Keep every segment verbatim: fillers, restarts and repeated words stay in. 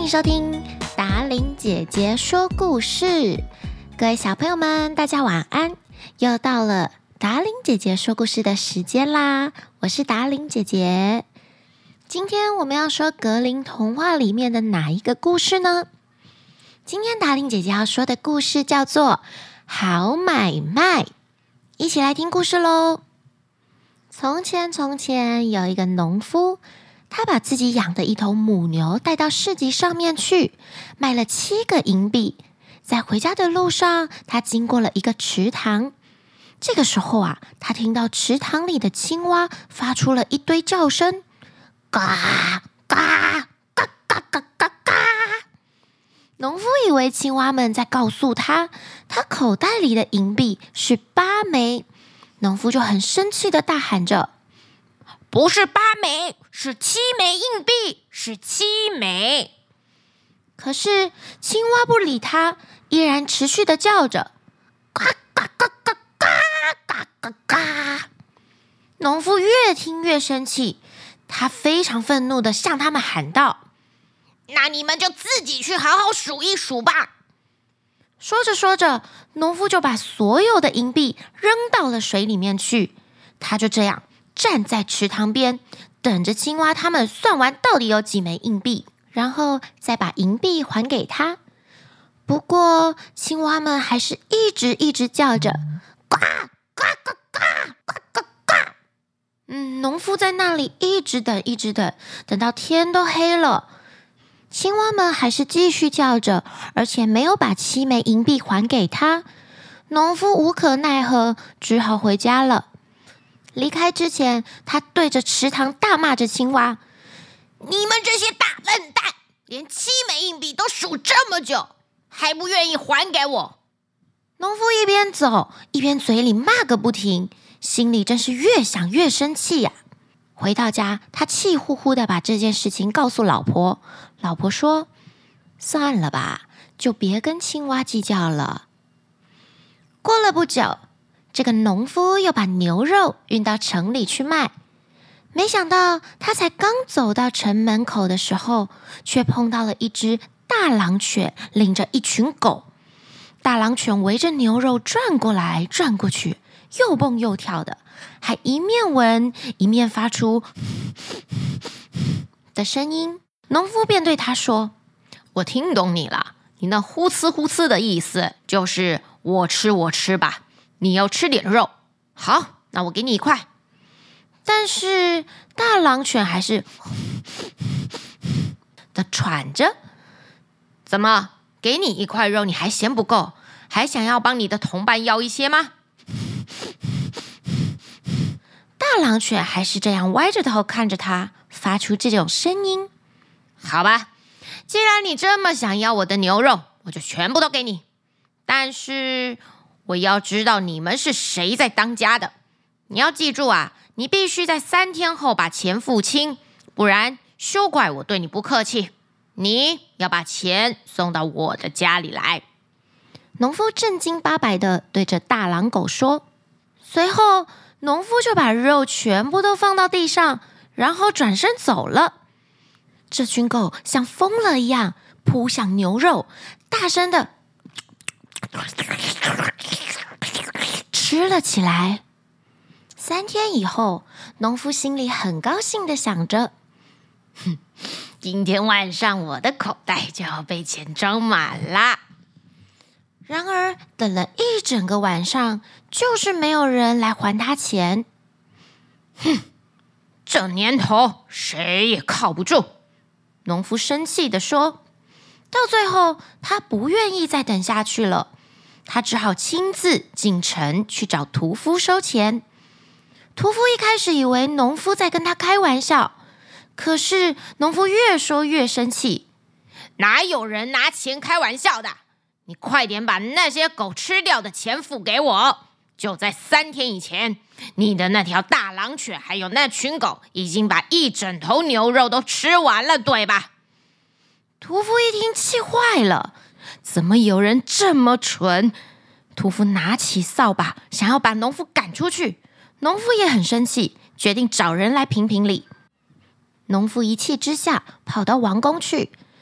迎收听达伶姐姐说故事。各位小朋友们，大家晚安！又到了达伶姐姐说故事的时间啦，我是达伶姐姐。今天我们要说格林童话里面的哪一个故事呢？今天达伶姐姐要说的故事叫做好买卖，一起来听故事咯。从前从前有一个农夫，他把自己养的一头母牛带到市集上面去，卖了七个银币。在回家的路上，他经过了一个池塘。这个时候啊，他听到池塘里的青蛙发出了一堆叫声，嘎嘎嘎嘎嘎嘎嘎。农夫以为青蛙们在告诉他，他口袋里的银币是八枚。农夫就很生气的大喊着， 不是八枚，是七枚硬币，是七枚。 可是青蛙不理他，依然持续的叫着，嘎嘎嘎嘎嘎嘎嘎嘎。农夫越听越生气，他非常愤怒的向他们喊道， 那你们就自己去好好数一数吧。 说着说着，农夫就把所有的银币扔到了水里面去。他就这样站在池塘边，等着青蛙他们算完到底有几枚硬币，然后再把银币还给他。不过青蛙们还是一直一直叫着，呱呱呱呱呱呱呱。嗯，农夫在那里一直等一直等，等到天都黑了，青蛙们还是继续叫着，而且没有把七枚银币还给他。农夫无可奈何，只好回家了。离开之前，他对着池塘大骂着青蛙， 你们这些大笨蛋，连七枚硬币都数这么久，还不愿意还给我。 农夫一边走一边嘴里骂个不停，心里真是越想越生气呀、啊。回到家，他气呼呼的把这件事情告诉老婆。老婆说，算了吧，就别跟青蛙计较了。过了不久，这个农夫又把牛肉运到城里去卖。没想到他才刚走到城门口的时候，却碰到了一只大狼犬领着一群狗。大狼犬围着牛肉转过来转过去，又蹦又跳的，还一面闻一面发出的声音。农夫便对他说， 我听懂你了，你那呼呲呼呲的意思就是我吃我吃吧，你要吃点肉。好，那我给你一块。 但是大狼犬还是的喘着。 怎么，给你一块肉你还嫌不够，还想要帮你的同伴要一些吗？ 大狼犬还是这样歪着头看着他，发出这种声音。 好吧，既然你这么想要我的牛肉，我就全部都给你。但是我要知道你们是谁在当家的。你要记住啊，你必须在三天后把钱付清，不然休怪我对你不客气。你要把钱送到我的家里来。 农夫正经八百的对着大狼狗说。随后农夫就把肉全部都放到地上，然后转身走了。这群狗像疯了一样扑向牛肉，大声的吃了起来。三天以后，农夫心里很高兴的想着， 哼，今天晚上我的口袋就要被钱装满啦。 然而等了一整个晚上，就是没有人来还他钱。 哼，这年头谁也靠不住。 农夫生气地说。到最后，他不愿意再等下去了，他只好亲自进城去找屠夫收钱。屠夫一开始以为农夫在跟他开玩笑，可是农夫越说越生气。 哪有人拿钱开玩笑的？你快点把那些狗吃掉的钱付给我。就在三天以前，你的那条大狼犬还有那群狗已经把一整头牛肉都吃完了，对吧？ 屠夫一听气坏了，怎么有人这么蠢？屠夫拿起扫把想要把农夫赶出去，农夫也很生气，决定找人来评评理。农夫一气之下跑到王宫去，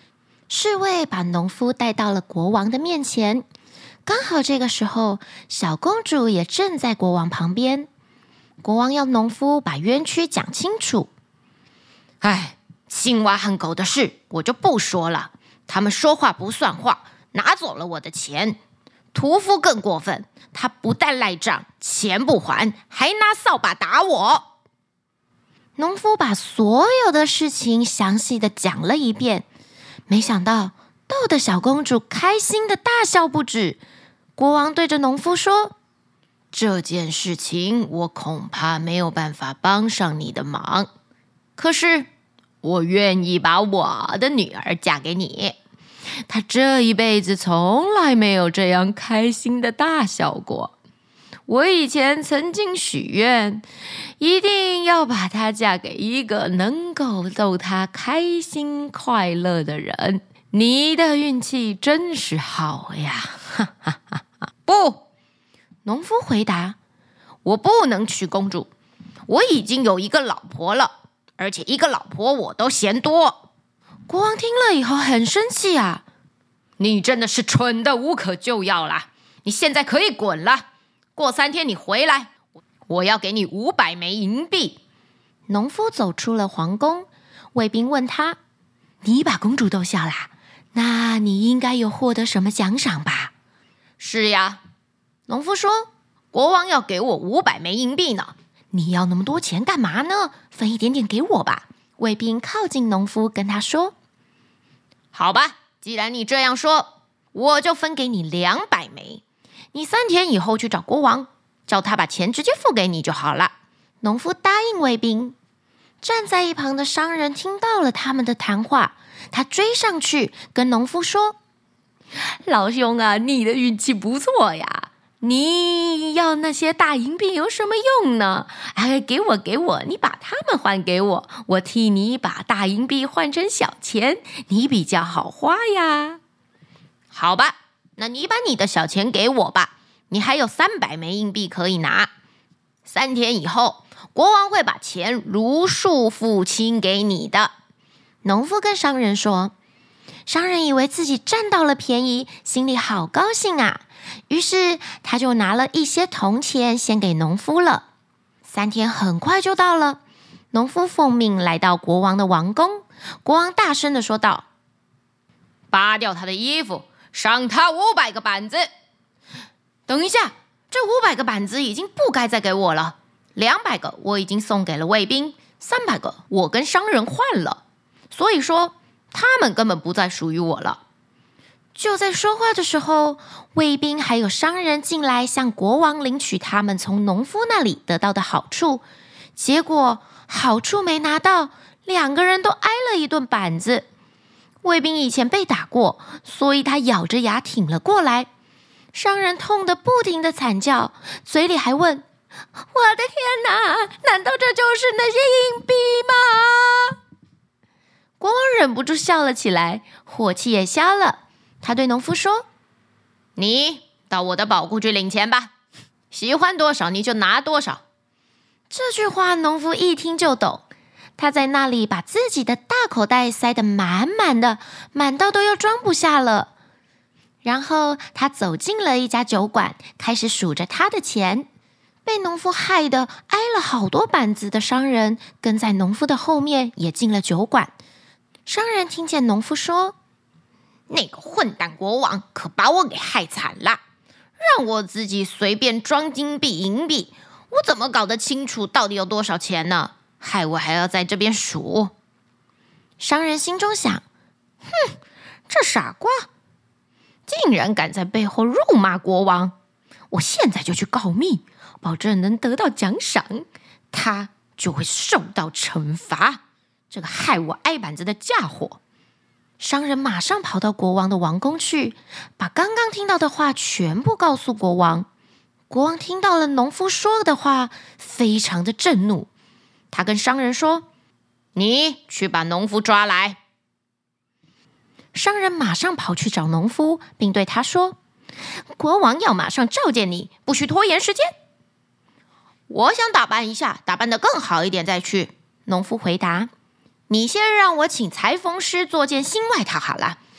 侍卫把农夫带到了国王的面前。刚好这个时候，小公主也正在国王旁边。国王要农夫把冤屈讲清楚。 哎，青蛙和狗的事我就不说了，他们说话不算话，拿走了我的钱。屠夫更过分，他不但赖账，钱不还，还拿扫把打我。 农夫把所有的事情详细的讲了一遍，没想到逗得小公主开心的大笑不止。国王对着农夫说： 这件事情我恐怕没有办法帮上你的忙，可是我愿意把我的女儿嫁给你。她这一辈子从来没有这样开心的大笑过。我以前曾经许愿，一定要把她嫁给一个能够逗她开心快乐的人。你的运气真是好呀！哈哈哈哈。不， 农夫回答： 我不能娶公主，我已经有一个老婆了，而且一个老婆我都嫌多。 国王听了以后很生气啊！ 你真的是蠢的无可救药啦！你现在可以滚了，过三天你回来，我要给你五百枚银币。 农夫走出了皇宫，卫兵问他：你把公主逗笑啦？那你应该有获得什么奖赏吧？ 是呀，农夫说，国王要给我五百枚银币呢。 你要那么多钱干嘛呢？分一点点给我吧。卫兵靠近农夫跟他说： 好吧，既然你这样说，我就分给你两百枚。你三天以后去找国王，叫他把钱直接付给你就好了。 农夫答应卫兵。站在一旁的商人听到了他们的谈话，他追上去跟农夫说： 老兄啊，你的运气不错呀，你要那些大银币有什么用呢？哎，给我给我，你把它们还给我，我替你把大银币换成小钱，你比较好花呀。好吧，那你把你的小钱给我吧，你还有三百枚硬币可以拿。三天以后，国王会把钱如数付清给你的。 农夫跟商人说。商人以为自己占到了便宜，心里好高兴啊，于是他就拿了一些铜钱先给农夫了。三天很快就到了，农夫奉命来到国王的王宫。国王大声地说道： 扒掉他的衣服，赏他五百个板子。等一下，这五百个板子已经不该再给我了，两百个我已经送给了卫兵，三百个我跟商人换了，所以说他们根本不再属于我了。 就在说话的时候，卫兵还有商人进来向国王领取他们从农夫那里得到的好处，结果好处没拿到，两个人都挨了一顿板子。卫兵以前被打过，所以他咬着牙挺了过来。商人痛得不停的惨叫，嘴里还问：我的天哪，难道这就是那些硬币吗？国王忍不住笑了起来，火气也消了。他对农夫说： 你到我的宝库去领钱吧，喜欢多少你就拿多少。 这句话农夫一听就懂，他在那里把自己的大口袋塞得满满的，满到都要装不下了。然后他走进了一家酒馆，开始数着他的钱。被农夫害得挨了好多板子的商人跟在农夫的后面也进了酒馆。商人听见农夫说： 那个混蛋国王可把我给害惨了，让我自己随便装金币银币，我怎么搞得清楚到底有多少钱呢？害我还要在这边数。 商人心中想： 哼，这傻瓜竟然敢在背后辱骂国王，我现在就去告密，保证能得到奖赏，他就会受到惩罚。这个害我挨板子的家伙！ 商人马上跑到国王的王宫去，把刚刚听到的话全部告诉国王。国王听到了农夫说的话，非常的震怒。他跟商人说： 你去把农夫抓来。 商人马上跑去找农夫，并对他说：国王要马上召见你，不许拖延时间。我想打扮一下，打扮得更好一点再去。农夫回答：你先让我请裁缝师做件新外套好了，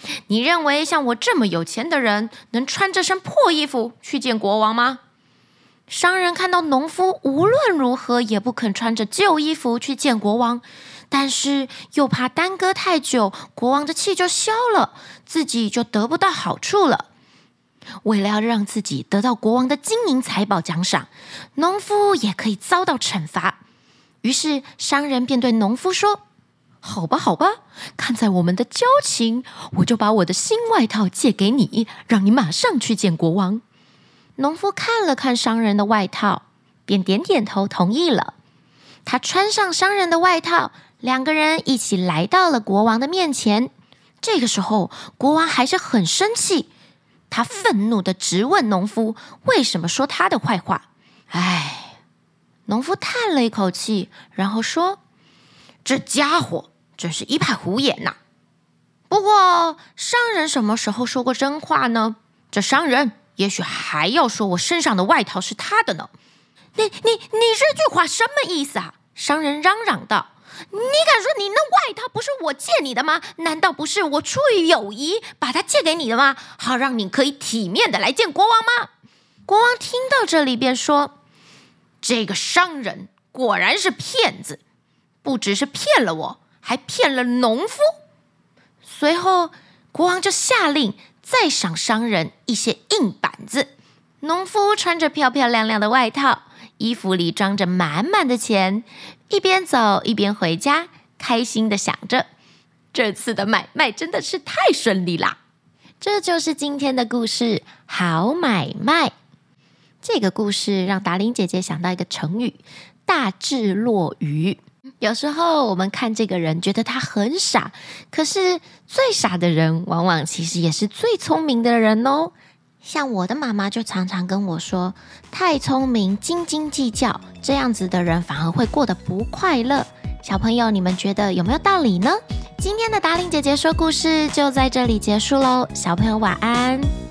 你认为像我这么有钱的人，能穿这身破衣服去见国王吗？”商人看到农夫无论如何也不肯穿着旧衣服去见国王，但是又怕耽搁太久，国王的气就消了，自己就得不到好处了。为了要让自己得到国王的金银财宝奖赏，农夫也可以遭到惩罚，于是商人便对农夫说：“好吧，好吧，看在我们的交情，我就把我的新外套借给你，让你马上去见国王。”农夫看了看商人的外套，便点点头同意了。他穿上商人的外套，两个人一起来到了国王的面前。这个时候，国王还是很生气，他愤怒地质问农夫为什么说他的坏话。唉，农夫叹了一口气，然后说：“这家伙真是一派胡言呐！不过，商人什么时候说过真话呢？这商人也许还要说我身上的外套是他的呢。”“你、你、你这句话什么意思啊？”商人嚷嚷道。“你敢说你那外套不是我借你的吗？难道不是我出于友谊把它借给你的吗？好让你可以体面的来见国王吗？”国王听到这里便说：“这个商人果然是骗子，不只是骗了我，还骗了农夫。”随后国王就下令再赏商人一些硬板子。农夫穿着漂漂亮亮的外套，衣服里装着满满的钱，一边走一边回家，开心地想着这次的买卖真的是太顺利啦。这就是今天的故事，好买卖。这个故事让达伶姐姐想到一个成语，大智若愚。有时候我们看这个人觉得他很傻，可是最傻的人往往其实也是最聪明的人哦。像我的妈妈就常常跟我说，太聪明斤斤计较，这样子的人反而会过得不快乐。小朋友，你们觉得有没有道理呢？今天的达伶姐姐说故事就在这里结束咯，小朋友晚安。